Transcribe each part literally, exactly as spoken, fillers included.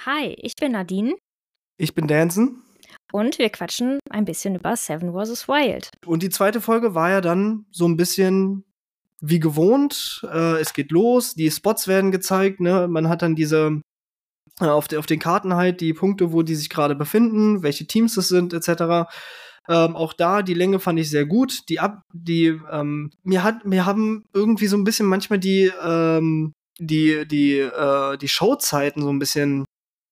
Hi, ich bin Nadine. Ich bin Danson. Und wir quatschen ein bisschen über Seven versus. Wild. Und die zweite Folge war ja dann so ein bisschen wie gewohnt. Äh, es geht los, die Spots werden gezeigt, ne? Man hat dann diese äh, auf, de, auf den Karten halt die Punkte, wo die sich gerade befinden, welche Teams es sind, et cetera. Ähm, auch da, die Länge fand ich sehr gut. Die ab, die, ähm, mir hat, mir haben irgendwie so ein bisschen manchmal die, ähm, die, die, äh, die Showzeiten so ein bisschen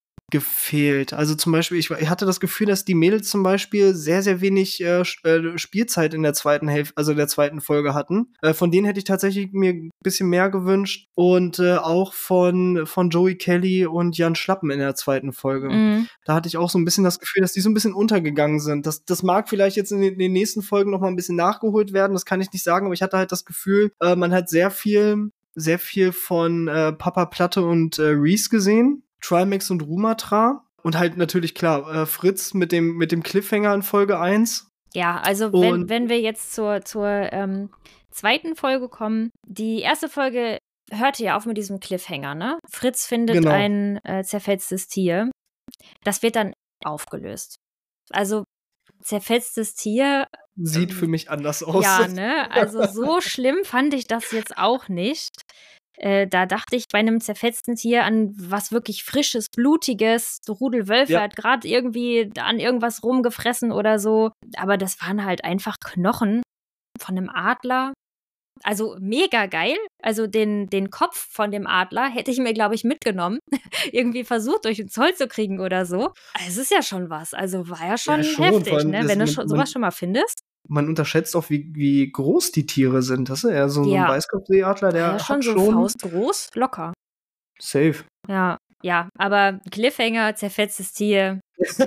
gefehlt. Also zum Beispiel, ich, ich hatte das Gefühl, dass die Mädels zum Beispiel sehr, sehr wenig äh, Spielzeit in der zweiten Hälfte, also der zweiten Folge hatten. Äh, von denen hätte ich tatsächlich mir ein bisschen mehr gewünscht. Und äh, auch von, von Joey Kelly und Jan Schlappen in der zweiten Folge. Mhm. Da hatte ich auch so ein bisschen das Gefühl, dass die so ein bisschen untergegangen sind. Das, das mag vielleicht jetzt in den, in den nächsten Folgen noch mal ein bisschen nachgeholt werden, das kann ich nicht sagen, aber ich hatte halt das Gefühl, äh, man hat sehr viel, sehr viel von äh, Papa Platte und äh, Reese gesehen. Trimax und Rumatra. Und halt natürlich, klar, äh, Fritz mit dem, mit dem Cliffhanger in Folge eins. Ja, also wenn, wenn wir jetzt zur, zur ähm, zweiten Folge kommen, die erste Folge hörte ja auf mit diesem Cliffhanger, ne? Fritz findet genau. ein äh, zerfetztes Tier. Das wird dann aufgelöst. Also zerfetztes Tier sieht für mich anders aus. Ja, ne? Also so schlimm fand ich das jetzt auch nicht. Äh, da dachte ich bei einem zerfetzten Tier an was wirklich Frisches, Blutiges. So Rudelwölfe Ja. hat gerade irgendwie an irgendwas rumgefressen oder so. Aber das waren halt einfach Knochen von einem Adler. Also mega geil. Also den, den Kopf von dem Adler hätte ich mir, glaube ich, mitgenommen. Irgendwie versucht, durch den Zoll zu kriegen oder so. Es ist ja schon was. Also war ja schon, Ja, schon, heftig, ne? das, Wenn du man, schon, sowas man, schon mal findest. Man unterschätzt auch, wie, wie groß die Tiere sind. Das ist ja so, ja. so ein Weißkopfseeadler, der ja, schon hat so schon faustgroß, locker. Safe. Ja, ja, aber Cliffhanger, zerfetztes Tier.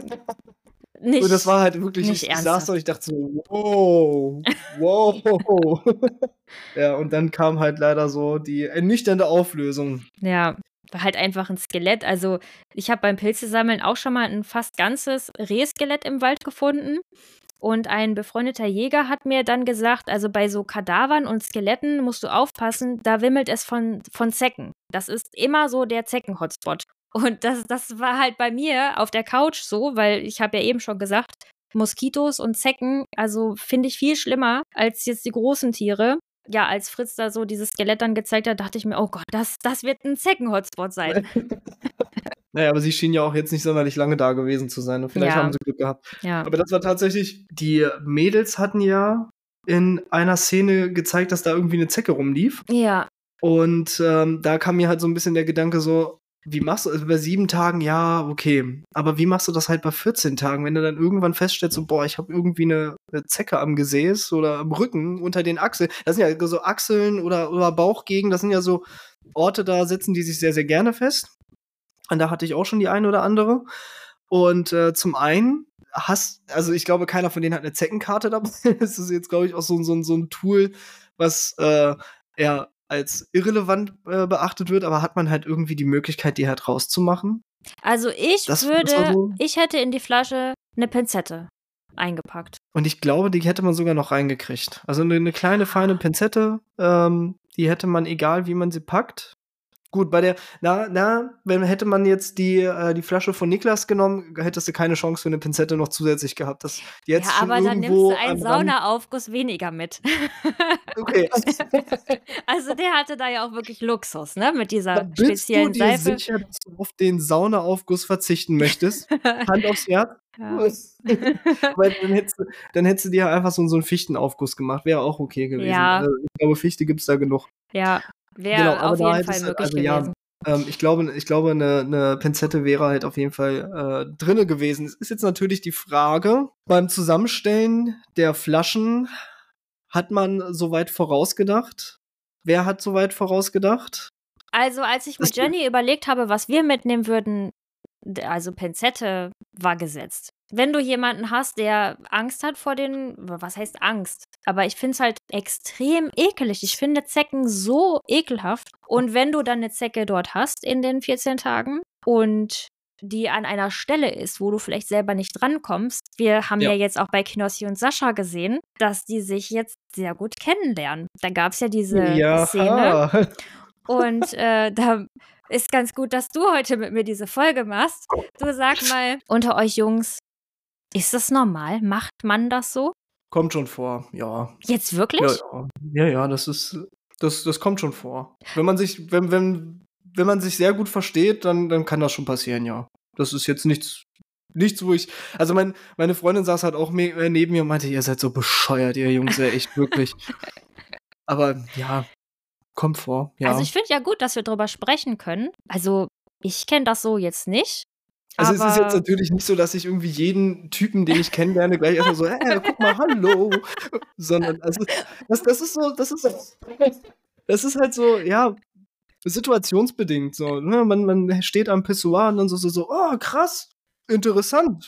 Nicht, und das war halt wirklich, nicht ich, ich ernsthaft. saß da und ich dachte so, wow, wow. Ja, und dann kam halt leider so die ernüchternde Auflösung. Ja, war halt einfach ein Skelett. Also ich habe beim Pilzesammeln auch schon mal ein fast ganzes Rehskelett im Wald gefunden. Und ein befreundeter Jäger hat mir dann gesagt, also bei so Kadavern und Skeletten musst du aufpassen, da wimmelt es von, von Zecken. Das ist immer so der Zecken-Hotspot. Und das, das war halt bei mir auf der Couch so, weil ich habe ja eben schon gesagt, Moskitos und Zecken, also finde ich viel schlimmer als jetzt die großen Tiere. Ja, als Fritz da so dieses Skelett dann gezeigt hat, dachte ich mir, oh Gott, das, das wird ein Zecken-Hotspot sein. Naja, aber sie schien ja auch jetzt nicht sonderlich lange da gewesen zu sein. Und vielleicht ja. haben sie Glück gehabt. Ja. Aber das war tatsächlich, die Mädels hatten ja in einer Szene gezeigt, dass da irgendwie eine Zecke rumlief. Ja. Und ähm, da kam mir halt so ein bisschen der Gedanke so, wie machst du, also bei sieben Tagen, ja, okay. Aber wie machst du das halt bei vierzehn Tagen, wenn du dann irgendwann feststellst, so, boah, ich habe irgendwie eine, eine Zecke am Gesäß oder am Rücken unter den Achseln. Das sind ja so Achseln oder, oder Bauchgegend, das sind ja so Orte, da setzen die sich sehr, sehr gerne fest. Und da hatte ich auch schon die eine oder andere. Und äh, zum einen hast, also ich glaube, keiner von denen hat eine Zeckenkarte dabei. Das ist jetzt, glaube ich, auch so, so, so ein Tool, was äh, ja als irrelevant äh, beachtet wird, aber hat man halt irgendwie die Möglichkeit, die halt rauszumachen? Also ich das, würde, das so. ich hätte in die Flasche eine Pinzette eingepackt. Und ich glaube, die hätte man sogar noch reingekriegt. Also eine, eine kleine, feine Pinzette, ähm, die hätte man, egal wie man sie packt. Gut, bei der, na, na, wenn hätte man jetzt die, äh, die Flasche von Niklas genommen, hättest du keine Chance für eine Pinzette noch zusätzlich gehabt. Das, die ja, schon aber dann nimmst irgendwo du einen Saunaaufguss weniger mit. Okay. Also der hatte da ja auch wirklich Luxus, ne, mit dieser da bist speziellen du dir Seife. sicher, dass du auf den Saunaaufguss verzichten möchtest? Hand aufs Herz? Ja. Weil dann hättest, du, dann hättest du dir einfach so, so einen Fichtenaufguss gemacht. Wäre auch okay gewesen. Ja. Also ich glaube, Fichte gibt's da genug. Ja, wäre genau, aber auf da jeden Fall halt, möglich also, gewesen. Ja, ähm, ich glaube, ich glaube eine, eine Pinzette wäre halt auf jeden Fall äh, drinne gewesen. Es ist jetzt natürlich die Frage, beim Zusammenstellen der Flaschen, hat man soweit vorausgedacht? Wer hat soweit vorausgedacht? Also als ich mit Jenny überlegt habe, was wir mitnehmen würden, also Pinzette war gesetzt. Wenn du jemanden hast, der Angst hat vor den, was heißt Angst? Aber ich finde es halt extrem ekelig. Ich finde Zecken so ekelhaft. Und wenn du dann eine Zecke dort hast in den vierzehn Tagen und die an einer Stelle ist, wo du vielleicht selber nicht drankommst. Wir haben ja, ja jetzt auch bei Knossi und Sascha gesehen, dass die sich jetzt sehr gut kennenlernen. Da gab es ja diese ja. Szene und äh, da ist ganz gut, dass du heute mit mir diese Folge machst. Du sag mal, unter euch Jungs, ist das normal? Macht man das so? Kommt schon vor, ja. Jetzt wirklich? Ja, ja. Ja, ja, das ist, das, das kommt schon vor. Wenn man sich, wenn, wenn, wenn man sich sehr gut versteht, dann, dann kann das schon passieren, ja. Das ist jetzt nichts, nichts, wo ich, also mein, meine Freundin saß halt auch me- neben mir und meinte, ihr seid so bescheuert, ihr Jungs, ja, echt wirklich. Aber ja, kommt vor, ja. Also ich finde ja gut, dass wir drüber sprechen können. Also ich kenne das so jetzt nicht. Also es ist jetzt aber natürlich nicht so, dass ich irgendwie jeden Typen, den ich kennenlerne, gleich erstmal so, hey, guck mal, hallo. Sondern, also, das, das ist so, das ist, das ist halt so, ja, situationsbedingt so. Ne? Man, man steht am Pissoir und dann so, so, so, oh, krass, interessant.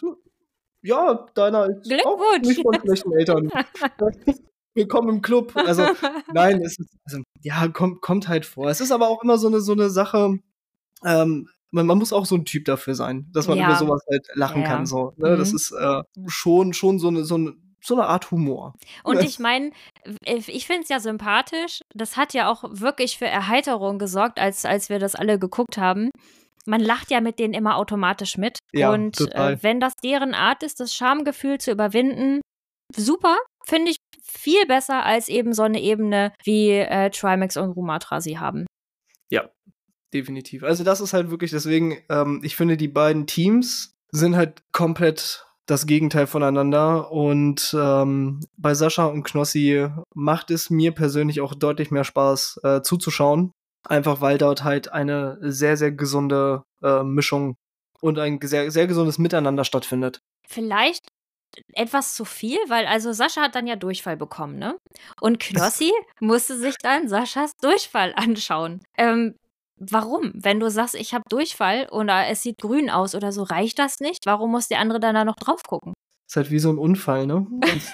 Ja, deiner ist auch Glückwunsch. nicht von schlechten Eltern. Willkommen im Club. Also, nein, es ist, also, ja, kommt, kommt halt vor. Es ist aber auch immer so eine, so eine Sache, ähm, man, man muss auch so ein Typ dafür sein, dass man über Ja. sowas halt lachen Ja, ja. kann. So, ne? Das Mhm. ist äh, schon, schon so eine, so eine, so eine Art Humor. Und ich meine, ich finde es ja sympathisch. Das hat ja auch wirklich für Erheiterung gesorgt, als, als wir das alle geguckt haben. Man lacht ja mit denen immer automatisch mit. Ja, Und total. äh, wenn das deren Art ist, das Schamgefühl zu überwinden, super, finde ich viel besser als eben so eine Ebene, wie äh, Trimax und Rumatra sie haben. Ja, definitiv. Also das ist halt wirklich, deswegen, ähm, ich finde, die beiden Teams sind halt komplett das Gegenteil voneinander. Und ähm, bei Sascha und Knossi macht es mir persönlich auch deutlich mehr Spaß äh, zuzuschauen. Einfach weil dort halt eine sehr, sehr gesunde äh, Mischung und ein sehr, sehr gesundes Miteinander stattfindet. Vielleicht etwas zu viel, weil also Sascha hat dann ja Durchfall bekommen, ne? Und Knossi musste sich dann Saschas Durchfall anschauen. Ähm, warum? Wenn du sagst, ich habe Durchfall oder es sieht grün aus oder so, reicht das nicht? Warum muss der andere dann da noch drauf gucken? Ist halt wie so ein Unfall, ne?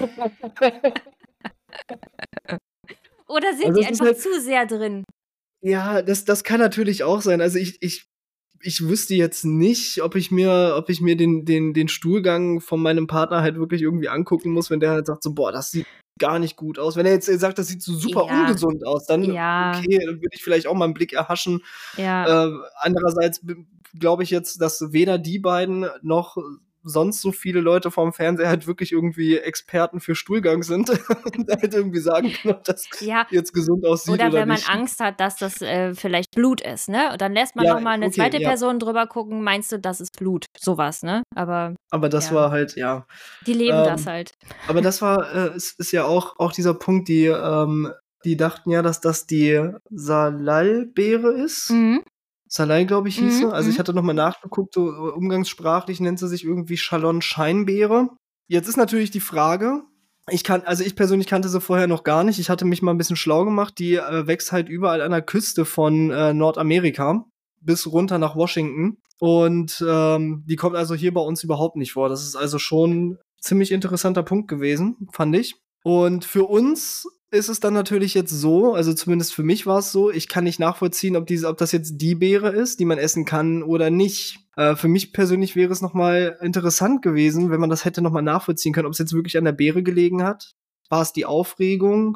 Oder sind Also die es ist einfach halt, zu sehr drin? ja, das, das kann natürlich auch sein. Also ich, ich, ich wüsste jetzt nicht, ob ich mir, ob ich mir den, den, den Stuhlgang von meinem Partner halt wirklich irgendwie angucken muss, wenn der halt sagt so, boah, das sieht gar nicht gut aus. Wenn er jetzt sagt, das sieht so super Ja. ungesund aus, dann, Ja. okay, dann würde ich vielleicht auch mal einen Blick erhaschen. Ja. Äh, andererseits glaube ich jetzt, dass weder die beiden noch sonst so viele Leute vorm Fernseher halt wirklich irgendwie Experten für Stuhlgang sind und halt irgendwie sagen können, ob das Ja. jetzt gesund aussieht Oder, oder, wenn man nicht. Angst hat, dass das äh, vielleicht Blut ist, ne? Und dann lässt man Ja, noch mal eine okay, zweite ja. Person drüber gucken, meinst du, das ist Blut? Sowas, ne? Aber Aber das ja. war halt, ja. Die leben Ähm, das halt. Aber das war, äh, ist, ist ja auch, auch dieser Punkt, die, ähm, die dachten ja, dass das die Salal-Beere ist. Mhm. Salai, glaube ich, hieß sie. Mhm, Also ich mhm. hatte noch mal nachgeguckt, so äh, umgangssprachlich nennt sie sich irgendwie Chalon-Scheinbeere. Jetzt ist natürlich die Frage, ich kann, also ich persönlich kannte sie vorher noch gar nicht. Ich hatte mich mal ein bisschen schlau gemacht. Die äh, wächst halt überall an der Küste von äh, Nordamerika bis runter nach Washington. Und ähm, die kommt also hier bei uns überhaupt nicht vor. Das ist also schon ein ziemlich interessanter Punkt gewesen, fand ich. Und für uns ist es dann natürlich jetzt so, also zumindest für mich war es so, ich kann nicht nachvollziehen, ob diese, ob das jetzt die Beere ist, die man essen kann oder nicht. Äh, für mich persönlich wäre es noch mal interessant gewesen, wenn man das hätte noch mal nachvollziehen können, ob es jetzt wirklich an der Beere gelegen hat. War es die Aufregung?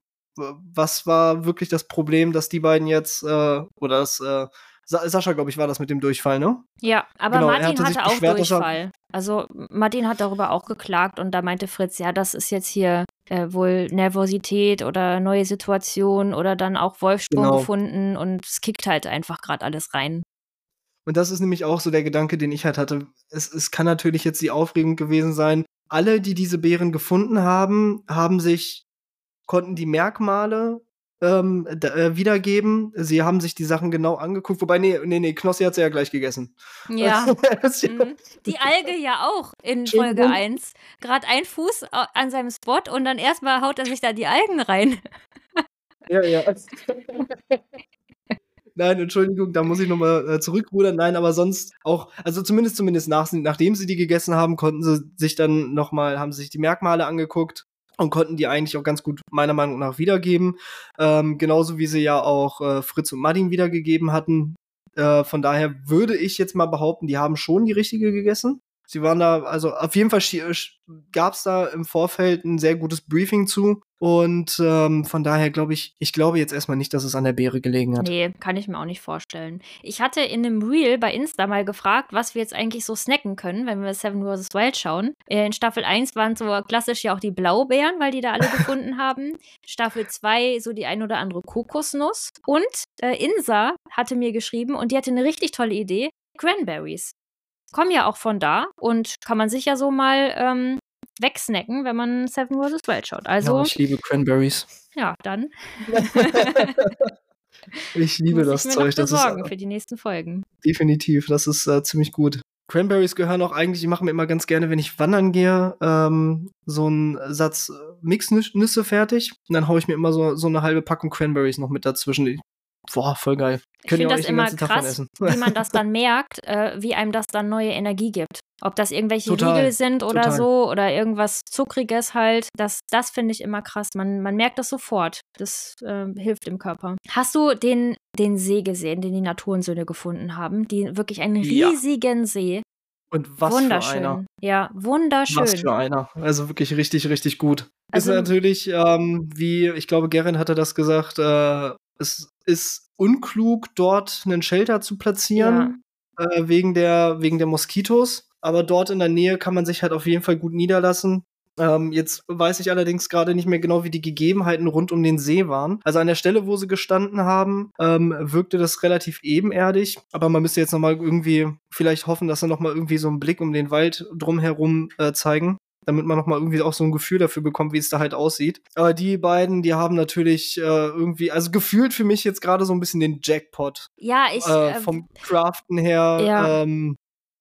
Was war wirklich das Problem, dass die beiden jetzt, äh, oder das, äh, Sa- Sascha, glaube ich, war das mit dem Durchfall, ne? Ja, aber Genau, er Martin hatte sich hatte auch beschwert, dass er- Durchfall. Also Martin hat darüber auch geklagt und da meinte Fritz, ja, das ist jetzt hier äh, wohl Nervosität oder neue Situation oder dann auch Wolfsprung Genau. gefunden und es kickt halt einfach gerade alles rein. Und das ist nämlich auch so der Gedanke, den ich halt hatte. Es, es kann natürlich jetzt die Aufregung gewesen sein. Alle, die diese Beeren gefunden haben, haben sich, konnten die Merkmale ähm, d- äh, wiedergeben. Sie haben sich die Sachen genau angeguckt. Wobei, nee, nee, nee, Knossi hat sie ja gleich gegessen. Ja. Das- Mhm. Die Alge ja auch in Folge Entschuldigung. eins. Gerade ein Fuß au- an seinem Spot und dann erstmal haut er sich da die Algen rein. Ja, ja. Nein, Entschuldigung, da muss ich nochmal äh, zurückrudern. Nein, aber sonst auch, also zumindest zumindest nach, nachdem sie die gegessen haben, konnten sie sich dann nochmal, haben sie sich die Merkmale angeguckt und konnten die eigentlich auch ganz gut meiner Meinung nach wiedergeben. Ähm, genauso wie sie ja auch äh, Fritz und Martin wiedergegeben hatten. Äh, von daher würde ich jetzt mal behaupten, die haben schon die richtige gegessen. Sie waren da, also auf jeden Fall gab es da im Vorfeld ein sehr gutes Briefing zu. Und ähm, von daher glaube ich, ich glaube jetzt erstmal nicht, dass es an der Beere gelegen hat. Nee, kann ich mir auch nicht vorstellen. Ich hatte in einem Reel bei Insta mal gefragt, was wir jetzt eigentlich so snacken können, wenn wir Seven versus. Wild schauen. In Staffel eins waren so klassisch ja auch die Blaubeeren, weil die da alle gefunden haben. Staffel zwei so die ein oder andere Kokosnuss. Und äh, Insa hatte mir geschrieben und die hatte eine richtig tolle Idee. Cranberries. Kommen ja auch von da und kann man sich ja so mal ähm, wegsnacken, wenn man Seven versus. Wild schaut. Also, ja, ich liebe Cranberries. Ja, dann. Ich liebe Muss das ich mir Zeug. Noch das besorgen ist für die nächsten Folgen. Definitiv, das ist äh, ziemlich gut. Cranberries gehören auch eigentlich, ich mache mir immer ganz gerne, wenn ich wandern gehe, ähm, so einen Satz Mixnüsse fertig. Und dann haue ich mir immer so, so eine halbe Packung Cranberries noch mit dazwischen. Boah, voll geil. Ich finde das immer krass, wie man das dann merkt, äh, wie einem das dann neue Energie gibt. Ob das irgendwelche total, Riegel sind oder total. so oder irgendwas Zuckriges halt. Das, das finde ich immer krass. Man, man merkt das sofort. Das äh, hilft dem Körper. Hast du den, den See gesehen, den die Naturensöhne gefunden haben? Die wirklich einen riesigen ja. See. Und was wunderschön. für einer. Ja, wunderschön. Was für einer. Also wirklich richtig, richtig gut. Also, ist natürlich, ähm, wie, ich glaube, Geren hatte das gesagt, äh, es ist unklug, dort einen Shelter zu platzieren, ja. äh, wegen der, wegen der Moskitos. Aber dort in der Nähe kann man sich halt auf jeden Fall gut niederlassen. Ähm, jetzt weiß ich allerdings gerade nicht mehr genau, wie die Gegebenheiten rund um den See waren. Also an der Stelle, wo sie gestanden haben, ähm, wirkte das relativ ebenerdig. Aber man müsste jetzt noch mal irgendwie vielleicht hoffen, dass sie noch mal irgendwie so einen Blick um den Wald drumherum äh, zeigen, damit man noch mal irgendwie auch so ein Gefühl dafür bekommt, wie es da halt aussieht. Aber die beiden, die haben natürlich äh, irgendwie, also gefühlt für mich jetzt gerade so ein bisschen den Jackpot. Ja, ich äh, vom Craften her. Ja. Ähm,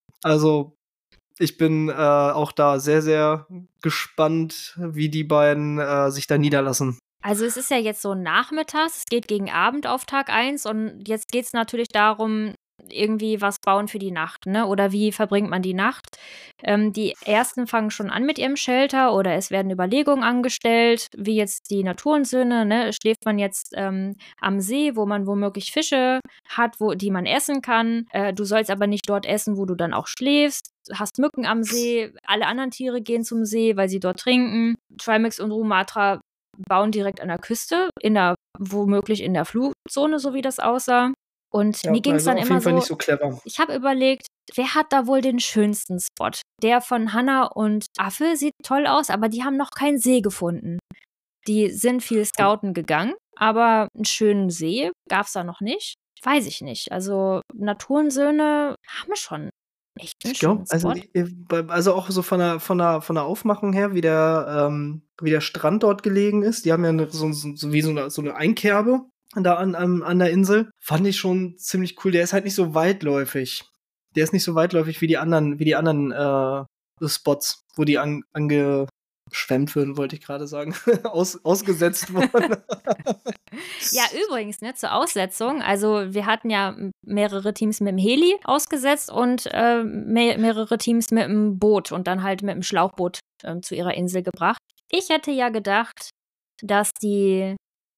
also ich bin äh, auch da sehr, sehr gespannt, wie die beiden äh, sich da niederlassen. Also es ist ja jetzt so nachmittags, es geht gegen Abend auf Tag eins und jetzt geht es natürlich darum, irgendwie was bauen für die Nacht, ne? Oder wie verbringt man die Nacht? Ähm, die ersten fangen schon an mit ihrem Shelter oder es werden Überlegungen angestellt, wie jetzt die Naturensöhne, ne? Schläft man jetzt ähm, am See, wo man womöglich Fische hat, wo, die man essen kann. Äh, du sollst aber nicht dort essen, wo du dann auch schläfst. Hast Mücken am See, alle anderen Tiere gehen zum See, weil sie dort trinken. Trimax und Rumatra bauen direkt an der Küste, in der, womöglich in der Flugzone, so wie das aussah. Und ja, mir ging es also dann auf immer jeden Fall so, nicht so clever. Ich habe überlegt, wer hat da wohl den schönsten Spot? Der von Hannah und Affe sieht toll aus, aber die haben noch keinen See gefunden. Die sind viel scouten gegangen, aber einen schönen See gab es da noch nicht. Weiß ich nicht. Also Naturensöhne haben schon echt einen ich glaube, schönen Spot. also, also auch so von der, von der, von der Aufmachung her, wie der, ähm, wie der Strand dort gelegen ist. Die haben ja eine, so, so, so wie so eine, so eine Einkerbe da an, an, an der Insel. Fand ich schon ziemlich cool. Der ist halt nicht so weitläufig. Der ist nicht so weitläufig wie die anderen, wie die anderen äh, Spots, wo die an, angeschwemmt würden, wollte ich gerade sagen. Aus, ausgesetzt wurden. Ja, übrigens, ne, zur Aussetzung, also wir hatten ja mehrere Teams mit dem Heli ausgesetzt und äh, me- mehrere Teams mit dem Boot und dann halt mit dem Schlauchboot äh, zu ihrer Insel gebracht. Ich hätte ja gedacht, dass die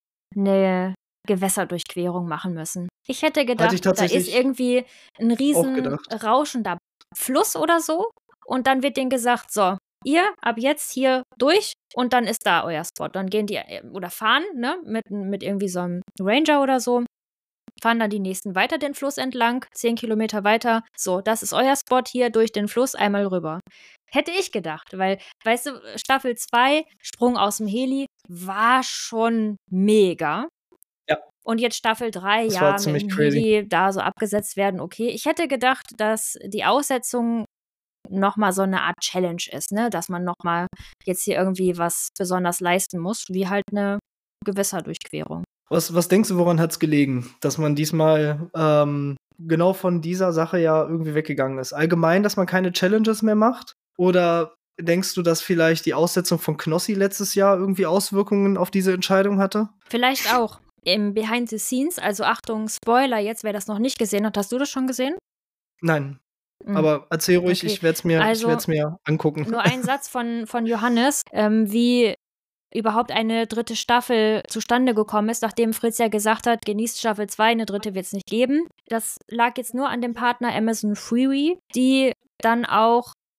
eine Gewässerdurchquerung machen müssen. Ich hätte gedacht, ich da ist tatsächlich irgendwie ein riesen gedacht. rauschender Fluss oder so und dann wird denen gesagt, so, ihr ab jetzt hier durch und dann ist da euer Spot. Dann gehen die oder fahren, ne, mit, mit irgendwie so einem Ranger oder so, fahren dann die nächsten weiter den Fluss entlang, zehn Kilometer weiter. So, das ist euer Spot hier durch den Fluss einmal rüber. Hätte ich gedacht, weil, weißt du, Staffel zwei, Sprung aus dem Heli, war schon mega. Ja. Und jetzt Staffel drei, Das ja, war mit ziemlich dem crazy. Heli da so abgesetzt werden, okay. Ich hätte gedacht, dass die Aussetzung nochmal so eine Art Challenge ist, ne? Dass man nochmal jetzt hier irgendwie was besonders leisten muss, wie halt eine Gewässerdurchquerung. Was, was denkst du, woran hat es gelegen, dass man diesmal ähm, genau von dieser Sache ja irgendwie weggegangen ist? Allgemein, dass man keine Challenges mehr macht? Oder denkst du, dass vielleicht die Aussetzung von Knossi letztes Jahr irgendwie Auswirkungen auf diese Entscheidung hatte? Vielleicht auch. Im Behind the Scenes, also Achtung, Spoiler, jetzt wer das noch nicht gesehen hat, hast du das schon gesehen? Nein. Mhm. Aber erzähl ruhig, Okay. ich werde es mir, Also, ich werd's mir angucken. Nur ein Satz von, von Johannes, ähm, wie überhaupt eine dritte Staffel zustande gekommen ist, nachdem Fritz ja gesagt hat, genießt Staffel zwei, eine dritte wird es nicht geben. Das lag jetzt nur an dem Partner Amazon Freeway, die dann auch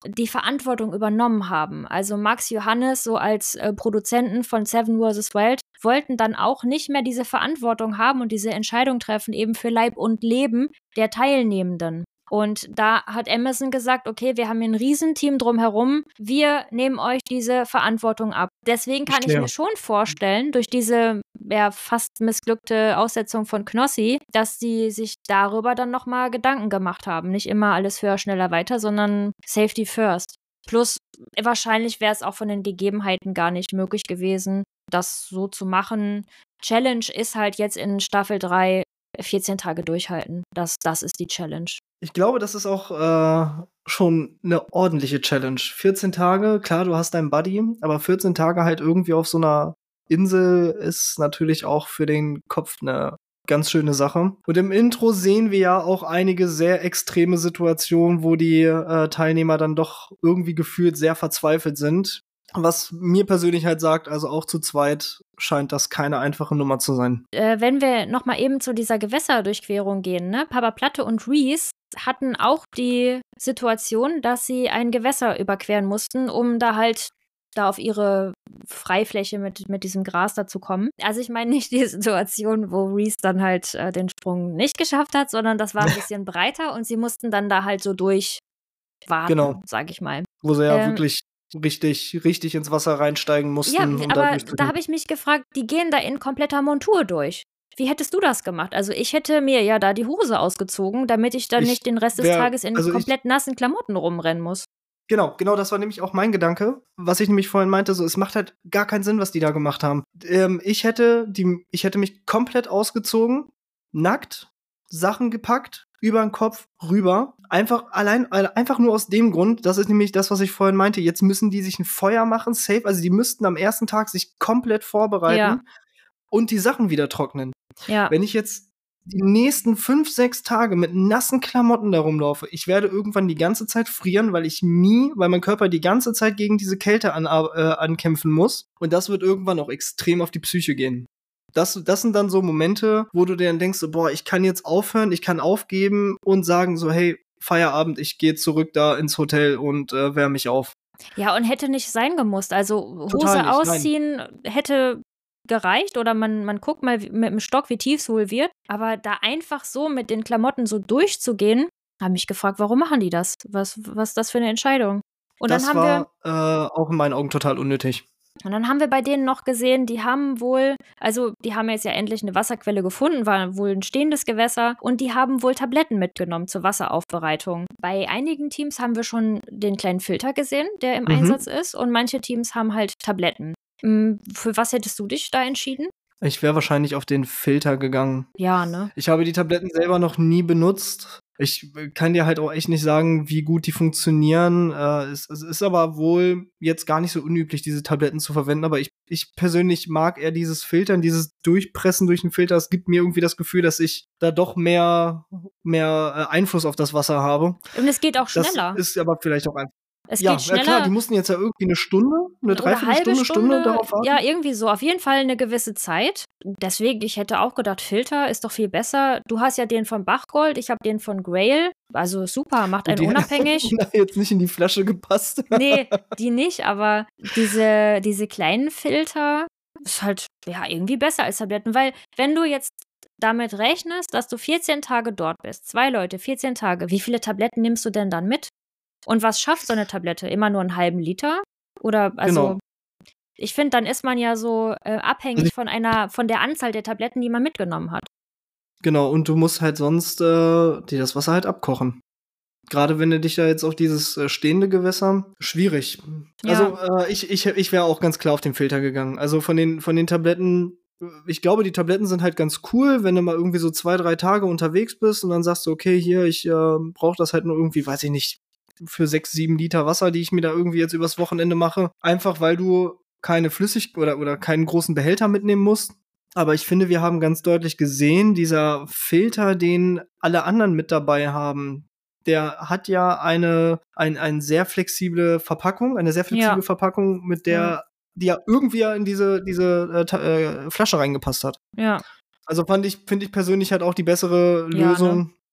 die Verantwortung übernommen haben. Also Max Johannes, so als äh, Produzenten von Seven versus. Wild, wollten dann auch nicht mehr diese Verantwortung haben und diese Entscheidung treffen, eben für Leib und Leben der Teilnehmenden. Und da hat Amazon gesagt, okay, wir haben hier ein Riesenteam drumherum, wir nehmen euch diese Verantwortung ab. Deswegen kann ich Verstehe. mir schon vorstellen, durch diese ja, fast missglückte Aussetzung von Knossi, dass sie sich darüber dann nochmal Gedanken gemacht haben. Nicht immer alles höher, schneller, weiter, sondern Safety first. Plus, wahrscheinlich wäre es auch von den Gegebenheiten gar nicht möglich gewesen, das so zu machen. Challenge ist halt jetzt in Staffel drei vierzehn Tage durchhalten. Das, das ist die Challenge. Ich glaube, das ist auch äh, schon eine ordentliche Challenge. vierzehn Tage, klar, du hast deinen Buddy, aber vierzehn Tage halt irgendwie auf so einer Insel ist natürlich auch für den Kopf eine ganz schöne Sache. Und im Intro sehen wir ja auch einige sehr extreme Situationen, wo die äh, Teilnehmer dann doch irgendwie gefühlt sehr verzweifelt sind. Was mir persönlich halt sagt, also auch zu zweit scheint das keine einfache Nummer zu sein. Äh, wenn wir noch mal eben zu dieser Gewässerdurchquerung gehen, ne? Papa Platte und Reese hatten auch die Situation, dass sie ein Gewässer überqueren mussten, um da halt da auf ihre Freifläche mit, mit diesem Gras da zu kommen. Also ich meine nicht die Situation, wo Reese dann halt äh, den Sprung nicht geschafft hat, sondern das war ein bisschen breiter und sie mussten dann da halt so durchwaden, Genau. sag ich mal. Wo sie ja Ähm, wirklich richtig, richtig ins Wasser reinsteigen mussten. Ja, um aber da da habe ich mich gefragt, die gehen da in kompletter Montur durch. Wie hättest du das gemacht? Also ich hätte mir ja da die Hose ausgezogen, damit ich dann Ich nicht den Rest des wär- Tages in also ich- komplett nassen Klamotten rumrennen muss. Genau, genau, das war nämlich auch mein Gedanke, was ich nämlich vorhin meinte, so, es macht halt gar keinen Sinn, was die da gemacht haben. Ähm, ich hätte die, ich hätte mich komplett ausgezogen, nackt, Sachen gepackt, über den Kopf, rüber. Einfach allein, äh, einfach nur aus dem Grund, das ist nämlich das, was ich vorhin meinte, jetzt müssen die sich ein Feuer machen, safe, also die müssten am ersten Tag sich komplett vorbereiten Ja. und die Sachen wieder trocknen. Ja. Wenn ich jetzt die nächsten fünf, sechs Tage mit nassen Klamotten da rumlaufe, ich werde irgendwann die ganze Zeit frieren, weil ich nie, weil mein Körper die ganze Zeit gegen diese Kälte an, äh, ankämpfen muss. Und das wird irgendwann auch extrem auf die Psyche gehen. Das, das sind dann so Momente, wo du dir dann denkst, so, boah, ich kann jetzt aufhören, ich kann aufgeben und sagen so, hey, Feierabend, ich gehe zurück da ins Hotel und äh, wärme mich auf. Ja, und hätte nicht sein gemusst. Also Hose Total nicht, ausziehen hätte gereicht oder man, man guckt mal mit dem Stock, wie tief es wohl wird. Aber da einfach so mit den Klamotten so durchzugehen, habe mich gefragt, warum machen die das? Was, was ist das für eine Entscheidung? Und das dann haben wir war äh, auch in meinen Augen total unnötig. Und dann haben wir bei denen noch gesehen, die haben wohl, also die haben jetzt ja endlich eine Wasserquelle gefunden, war wohl ein stehendes Gewässer und die haben wohl Tabletten mitgenommen zur Wasseraufbereitung. Bei einigen Teams haben wir schon den kleinen Filter gesehen, der im Mhm. Einsatz ist und manche Teams haben halt Tabletten. Mm, Für was hättest du dich da entschieden? Ich wäre wahrscheinlich auf den Filter gegangen. Ja, ne? Ich habe die Tabletten selber noch nie benutzt. Ich kann dir halt auch echt nicht sagen, wie gut die funktionieren. Äh, es, es ist aber wohl jetzt gar nicht so unüblich, diese Tabletten zu verwenden. Aber ich, ich persönlich mag eher dieses Filtern, dieses Durchpressen durch den Filter. Es gibt mir irgendwie das Gefühl, dass ich da doch mehr, mehr äh, Einfluss auf das Wasser habe. Und es geht auch Das schneller. ist aber vielleicht auch einfach. Es Ja, geht ja schneller. klar, die mussten jetzt ja irgendwie eine Stunde, eine oder halbe Dreiviertelstunde, Stunde, Stunde, darauf warten. ja, irgendwie so. Auf jeden Fall eine gewisse Zeit. Deswegen, ich hätte auch gedacht, Filter ist doch viel besser. Du hast ja den von Bachgold, ich habe den von Grail. Also super, macht einen Die unabhängig. haben jetzt nicht in die Flasche gepasst. Nee, die nicht, aber diese, diese kleinen Filter ist halt ja irgendwie besser als Tabletten, weil wenn du jetzt damit rechnest, dass du vierzehn Tage dort bist, zwei Leute, vierzehn Tage, wie viele Tabletten nimmst du denn dann mit? Und was schafft so eine Tablette? Immer nur einen halben Liter? Oder also Genau. ich finde, dann ist man ja so äh, abhängig Also ich- von einer, von der Anzahl der Tabletten, die man mitgenommen hat. Genau, und du musst halt sonst äh, dir das Wasser halt abkochen. Gerade wenn du dich da jetzt auf dieses äh, stehende Gewässer, schwierig. Ja. Also äh, ich, ich, ich wäre auch ganz klar auf den Filter gegangen. Also von den, von den Tabletten, äh, ich glaube, die Tabletten sind halt ganz cool, wenn du mal irgendwie so zwei, drei Tage unterwegs bist und dann sagst du, okay, hier, ich äh, brauche das halt nur irgendwie, weiß ich nicht, für sechs, sieben Liter Wasser, die ich mir da irgendwie jetzt übers Wochenende mache. Einfach weil du keine Flüssig- oder, oder keinen großen Behälter mitnehmen musst. Aber ich finde, wir haben ganz deutlich gesehen, dieser Filter, den alle anderen mit dabei haben, der hat ja eine, ein, eine sehr flexible Verpackung, eine sehr flexible Ja. Verpackung, mit der, Ja. die ja irgendwie in diese, diese äh, ta- äh, Flasche reingepasst hat. Ja. Also fand ich, finde ich persönlich halt auch die bessere Ja, Lösung. ne?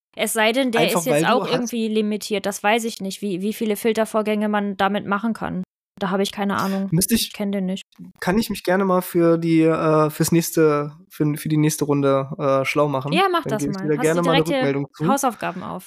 Es sei denn, der Einfach ist weil jetzt du auch hast irgendwie limitiert. Das weiß ich nicht, wie, wie viele Filtervorgänge man damit machen kann. Da habe ich keine Ahnung. müsste Ich ich, kenne den nicht. kann ich mich gerne mal für die, äh, fürs nächste, für, für die nächste Runde äh, schlau machen. Ja, mach Dann das gebe ich dir mal. da Hast du gerne mal eine direkt hier Rückmeldung zu. Hausaufgaben auf.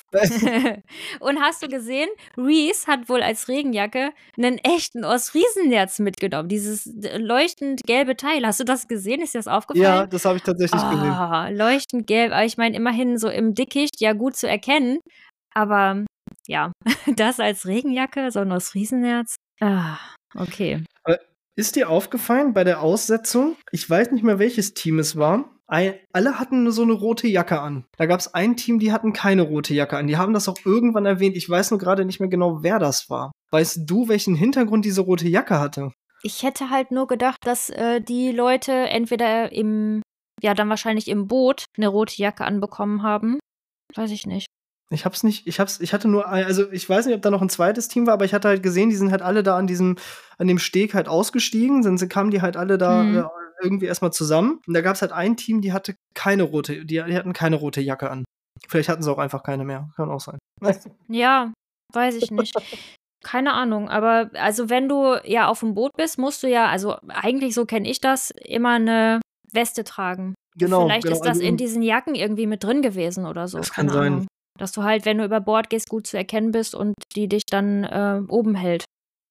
Und hast du gesehen, Reese hat wohl als Regenjacke einen echten Ostfriesennerz mitgenommen. Dieses äh, leuchtend gelbe Teil. Hast du das gesehen? Ist dir das Ja, aufgefallen? das habe ich tatsächlich gesehen. Ah, leuchtend gelb. Aber ich meine, immerhin so im Dickicht, ja gut zu erkennen. Aber ja, das als Regenjacke, so ein Ostfriesennerz. Ah, okay. Aber ist dir aufgefallen bei der Aussetzung? Ich weiß nicht mehr, welches Team es war. Ein, alle hatten so eine rote Jacke an. Da gab es ein Team, die hatten keine rote Jacke an. Die haben das auch irgendwann erwähnt. Ich weiß nur gerade nicht mehr genau, wer das war. Weißt du, welchen Hintergrund diese rote Jacke hatte? Ich hätte halt nur gedacht, dass äh, die Leute entweder im, ja, dann wahrscheinlich im Boot eine rote Jacke anbekommen haben. Weiß ich nicht. Ich hab's nicht, ich hab's, ich hatte nur, ein- also ich weiß nicht, ob da noch ein zweites Team war, aber ich hatte halt gesehen, die sind halt alle da an diesem, an dem Steg halt ausgestiegen, dann sie- kamen die halt alle da Mhm. äh, irgendwie erstmal zusammen. Und da gab's halt ein Team, die hatte keine rote, die, die hatten keine rote Jacke an. Vielleicht hatten sie auch einfach keine mehr. Kann auch sein. Ja, weiß ich nicht. Keine Ahnung, aber also wenn du ja auf dem Boot bist, musst du ja, also eigentlich so kenne ich das, immer eine Weste tragen. Genau, Vielleicht genau. ist das Also in im- diesen Jacken irgendwie mit drin gewesen oder so. Das kann Keine sein. Ahnung. Dass du halt, wenn du über Bord gehst, gut zu erkennen bist und die dich dann äh, oben hält.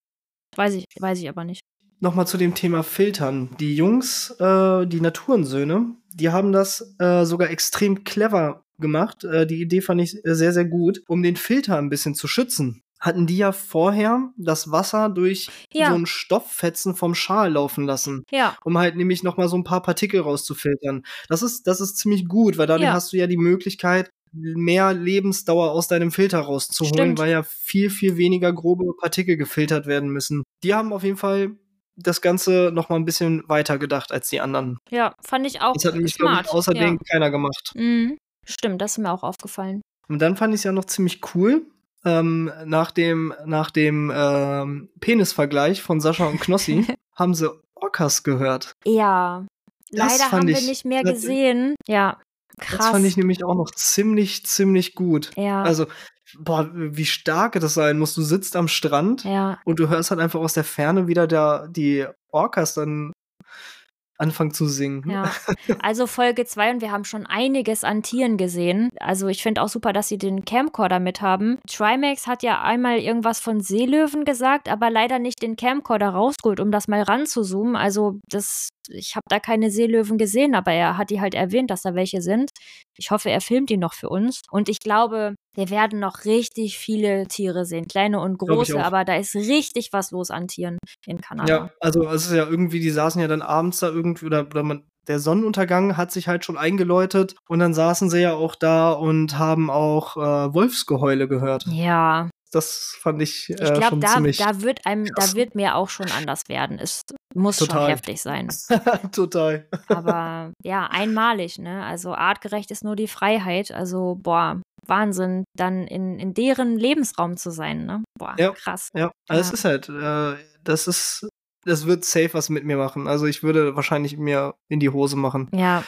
Weiß ich, weiß ich aber nicht. Nochmal zu dem Thema Filtern. Die Jungs, äh, die Naturensöhne, die haben das äh, sogar extrem clever gemacht. Äh, die Idee fand ich äh, sehr, sehr gut. Um den Filter ein bisschen zu schützen, hatten die ja vorher das Wasser durch Ja. so ein Stofffetzen vom Schal laufen lassen, Ja, um halt nämlich noch mal so ein paar Partikel rauszufiltern. Das ist, das ist ziemlich gut, weil dadurch Ja. hast du ja die Möglichkeit, mehr Lebensdauer aus deinem Filter rauszuholen, Stimmt. weil ja viel, viel weniger grobe Partikel gefiltert werden müssen. Die haben auf jeden Fall das Ganze noch mal ein bisschen weiter gedacht als die anderen. Ja, fand ich auch Das hat nämlich, glaube ich, smart. außerdem Ja. keiner gemacht. Mhm. Stimmt, das ist mir auch aufgefallen. Und dann fand ich es ja noch ziemlich cool, ähm, nach dem, nach dem ähm, Penisvergleich von Sascha und Knossi haben sie Orcas gehört. Ja. Das Leider fand haben wir ich- nicht mehr das- gesehen. Ja, Das krass. fand ich nämlich auch noch ziemlich, ziemlich gut. Ja. Also, boah, wie stark das sein muss. Du sitzt am Strand Ja, und du hörst halt einfach aus der Ferne wieder der, die Orcas dann anfangen zu singen. ja. Also Folge zwei und wir haben schon einiges an Tieren gesehen. Also ich finde auch super, dass sie den Camcorder mit haben. Trimax hat ja einmal irgendwas von Seelöwen gesagt, aber leider nicht den Camcorder rausgeholt, um das mal ranzuzoomen. Also das, ich habe da keine Seelöwen gesehen, aber er hat die halt erwähnt, dass da welche sind. Ich hoffe, er filmt die noch für uns. Und ich glaube, wir werden noch richtig viele Tiere sehen, kleine und Glaub ich große, auch. aber da ist richtig was los an Tieren in Kanada. Ja, also es ist ja irgendwie, die saßen ja dann abends da irgendwie, oder, oder man, der Sonnenuntergang hat sich halt schon eingeläutet und dann saßen sie ja auch da und haben auch äh, Wolfsgeheule gehört. Ja, Das fand ich, äh, ich glaube, schon da, ziemlich da wird einem, krass. da wird mir auch schon anders werden. Es muss schon Total. heftig sein. total. Aber ja, einmalig, ne? Also artgerecht ist nur die Freiheit. Also, boah, Wahnsinn, dann in, in deren Lebensraum zu sein, ne? Boah, Ja. krass. Ja, also es Ja. ist halt, äh, das ist, das wird safe was mit mir machen. Also ich würde wahrscheinlich mir in die Hose machen. Ja,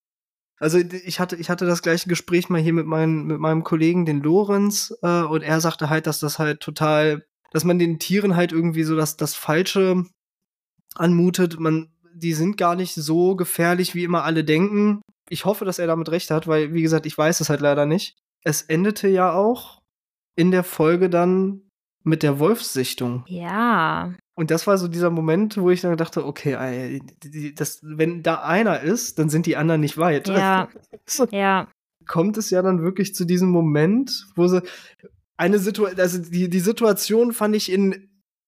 Also ich hatte, ich hatte das gleiche Gespräch mal hier mit, mein, mit meinem Kollegen, den Lorenz, äh, und er sagte halt, dass das halt total, dass man den Tieren halt irgendwie so das, das Falsche anmutet. Man, die sind gar nicht so gefährlich, wie immer alle denken. Ich hoffe, dass er damit recht hat, weil, wie gesagt, ich weiß es halt leider nicht. Es endete ja auch in der Folge dann mit der Wolfssichtung. ja, Und das war so dieser Moment, wo ich dann dachte, okay, ey, die- die- das, wenn da einer ist, dann sind die anderen nicht weit. Ja. So ja, kommt es ja dann wirklich zu diesem Moment, wo sie eine Situation, also die, die Situation fand ich in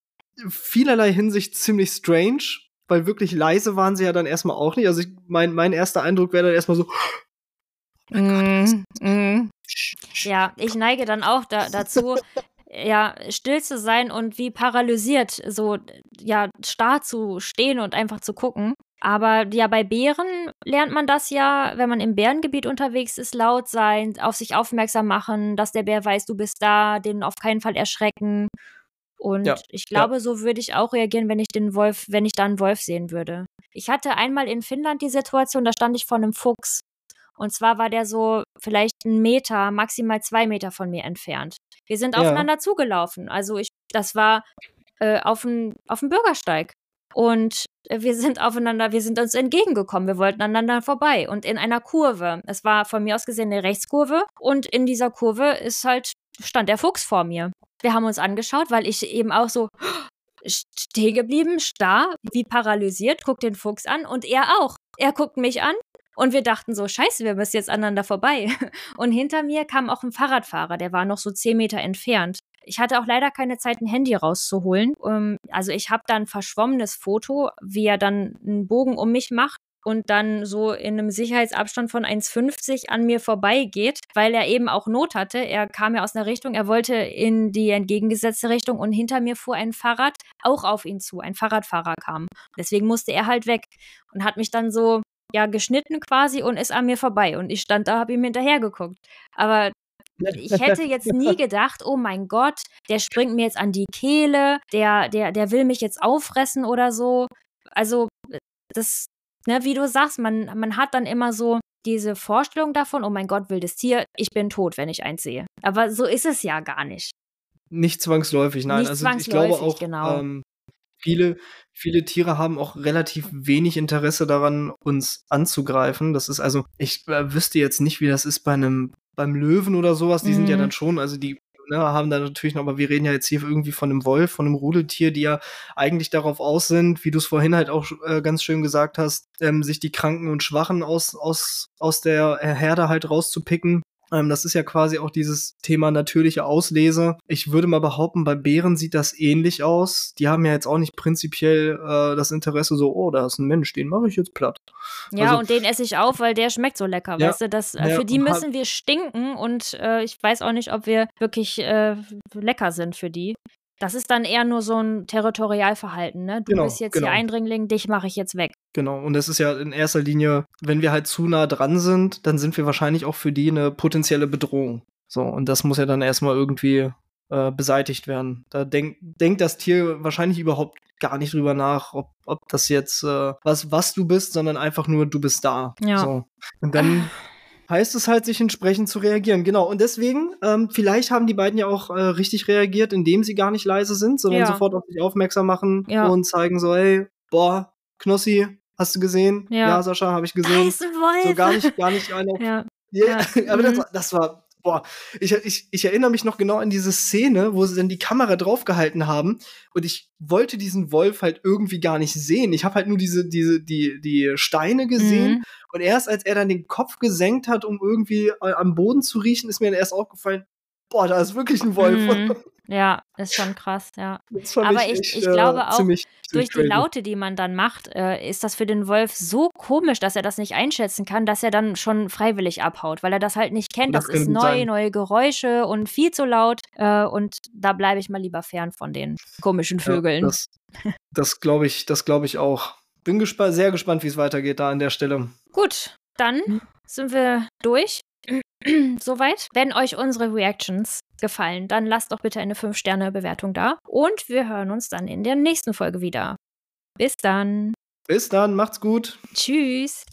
vielerlei Hinsicht ziemlich strange, weil wirklich leise waren sie ja dann erstmal auch nicht. Also ich, mein, mein erster Eindruck wäre dann erstmal so, Mm, mm. Ja, ich neige dann auch da, dazu, ja, still zu sein und wie paralysiert so, ja, starr zu stehen und einfach zu gucken. Aber ja, bei Bären lernt man das ja, wenn man im Bärengebiet unterwegs ist, laut sein, auf sich aufmerksam machen, dass der Bär weiß, du bist da, den auf keinen Fall erschrecken. Und Ja, ich glaube, so würde ich auch reagieren, wenn ich den Wolf, wenn ich da einen Wolf sehen würde. Ich hatte einmal in Finnland die Situation, da stand ich vor einem Fuchs. Und zwar war der so vielleicht einen Meter, maximal zwei Meter von mir entfernt. Wir sind Ja. aufeinander zugelaufen. Also ich, das war äh, auf dem auf dem Bürgersteig. Und äh, wir sind aufeinander, wir sind uns entgegengekommen. Wir wollten aneinander vorbei. Und in einer Kurve. Es war von mir aus gesehen eine Rechtskurve. Und in dieser Kurve ist halt, stand der Fuchs vor mir. Wir haben uns angeschaut, weil ich eben auch so stehen geblieben, starr, wie paralysiert, guckt den Fuchs an und er auch. Er guckt mich an und wir dachten so, scheiße, wir müssen jetzt aneinander vorbei. Und hinter mir kam auch ein Fahrradfahrer, der war noch so zehn Meter entfernt. Ich hatte auch leider keine Zeit, ein Handy rauszuholen. Also ich habe da ein verschwommenes Foto, wie er dann einen Bogen um mich macht und dann so in einem Sicherheitsabstand von eins fünfzig an mir vorbeigeht, weil er eben auch Not hatte. Er kam ja aus einer Richtung, er wollte in die entgegengesetzte Richtung und hinter mir fuhr ein Fahrrad auch auf ihn zu. Ein Fahrradfahrer kam. Deswegen musste er halt weg und hat mich dann so ja geschnitten quasi und ist an mir vorbei. Und ich stand da, habe ihm hinterher geguckt. Aber ich hätte jetzt nie gedacht, oh mein Gott, der springt mir jetzt an die Kehle, der, der, der will mich jetzt auffressen oder so. Also das, ne, wie du sagst, man, man hat dann immer so diese Vorstellung davon, oh mein Gott, wildes Tier, ich bin tot, wenn ich eins sehe. Aber so ist es ja gar nicht. Nicht zwangsläufig, nein. Nicht also zwangsläufig, ich glaube auch, genau. ähm, viele, viele Tiere haben auch relativ wenig Interesse daran, uns anzugreifen. Das ist also, ich äh, wüsste jetzt nicht, wie das ist bei einem, beim Löwen oder sowas. Die Mhm. sind ja dann schon, also die ne, haben da natürlich noch, aber wir reden ja jetzt hier irgendwie von einem Wolf, von einem Rudeltier, die ja eigentlich darauf aus sind, wie du es vorhin halt auch äh, ganz schön gesagt hast, ähm, sich die Kranken und Schwachen aus, aus, aus der Herde halt rauszupicken. Ähm, das ist ja quasi auch dieses Thema natürliche Auslese. Ich würde mal behaupten, bei Bären sieht das ähnlich aus. Die haben ja jetzt auch nicht prinzipiell äh, das Interesse so, oh, da ist ein Mensch, den mache ich jetzt platt. Ja, Also, und den esse ich auf, weil der schmeckt so lecker, Ja, weißt du? Das, äh, ja, für die und müssen wir stinken und äh, ich weiß auch nicht, ob wir wirklich äh, lecker sind für die. Das ist dann eher nur so ein Territorialverhalten, ne? Du Genau, bist jetzt genau. hier Eindringling, dich mache ich jetzt weg. Genau, und das ist ja in erster Linie, wenn wir halt zu nah dran sind, dann sind wir wahrscheinlich auch für die eine potenzielle Bedrohung. So, und das muss ja dann erstmal irgendwie äh, beseitigt werden. Da denk, denkt das Tier wahrscheinlich überhaupt gar nicht drüber nach, ob, ob das jetzt äh, was, was du bist, sondern einfach nur, du bist da. Ja. So. Und dann heißt es halt, sich entsprechend zu reagieren. Genau, und deswegen, ähm, vielleicht haben die beiden ja auch äh, richtig reagiert, indem sie gar nicht leise sind, sondern Ja. sofort auf sich aufmerksam machen Ja. und zeigen so, hey, boah, Knossi, hast du gesehen? Ja. Ja, Sascha, habe ich Da gesehen. ist ein Wolf. So gar nicht, gar nicht einer. Ja. Ja, Ja. aber das Mhm. war, das war, boah, ich, ich, ich erinnere mich noch genau an diese Szene, wo sie dann die Kamera draufgehalten haben und ich wollte diesen Wolf halt irgendwie gar nicht sehen. Ich habe halt nur diese, diese, die, die Steine gesehen Mhm. und erst als er dann den Kopf gesenkt hat, um irgendwie äh, am Boden zu riechen, ist mir dann erst aufgefallen, boah, da ist wirklich ein Wolf. Mhm. Ja, ist schon krass, ja. Das fand Aber ich, ich, echt, ich äh, glaube auch, ziemlich, durch ziemlich die crazy. Laute, die man dann macht, äh, ist das für den Wolf so komisch, dass er das nicht einschätzen kann, dass er dann schon freiwillig abhaut, weil er das halt nicht kennt. Das Das, kann ist gut neu, sein. neue Geräusche und viel zu laut. Äh, und da bleibe ich mal lieber fern von den komischen Ja, Vögeln. das das glaube ich, das glaube ich auch. Bin gespa- sehr gespannt, wie es weitergeht da an der Stelle. Gut, dann sind wir durch. Soweit. Wenn euch unsere Reactions gefallen, dann lasst doch bitte eine fünf Sterne Bewertung da. Und wir hören uns dann in der nächsten Folge wieder. Bis dann. Bis dann, macht's gut. Tschüss.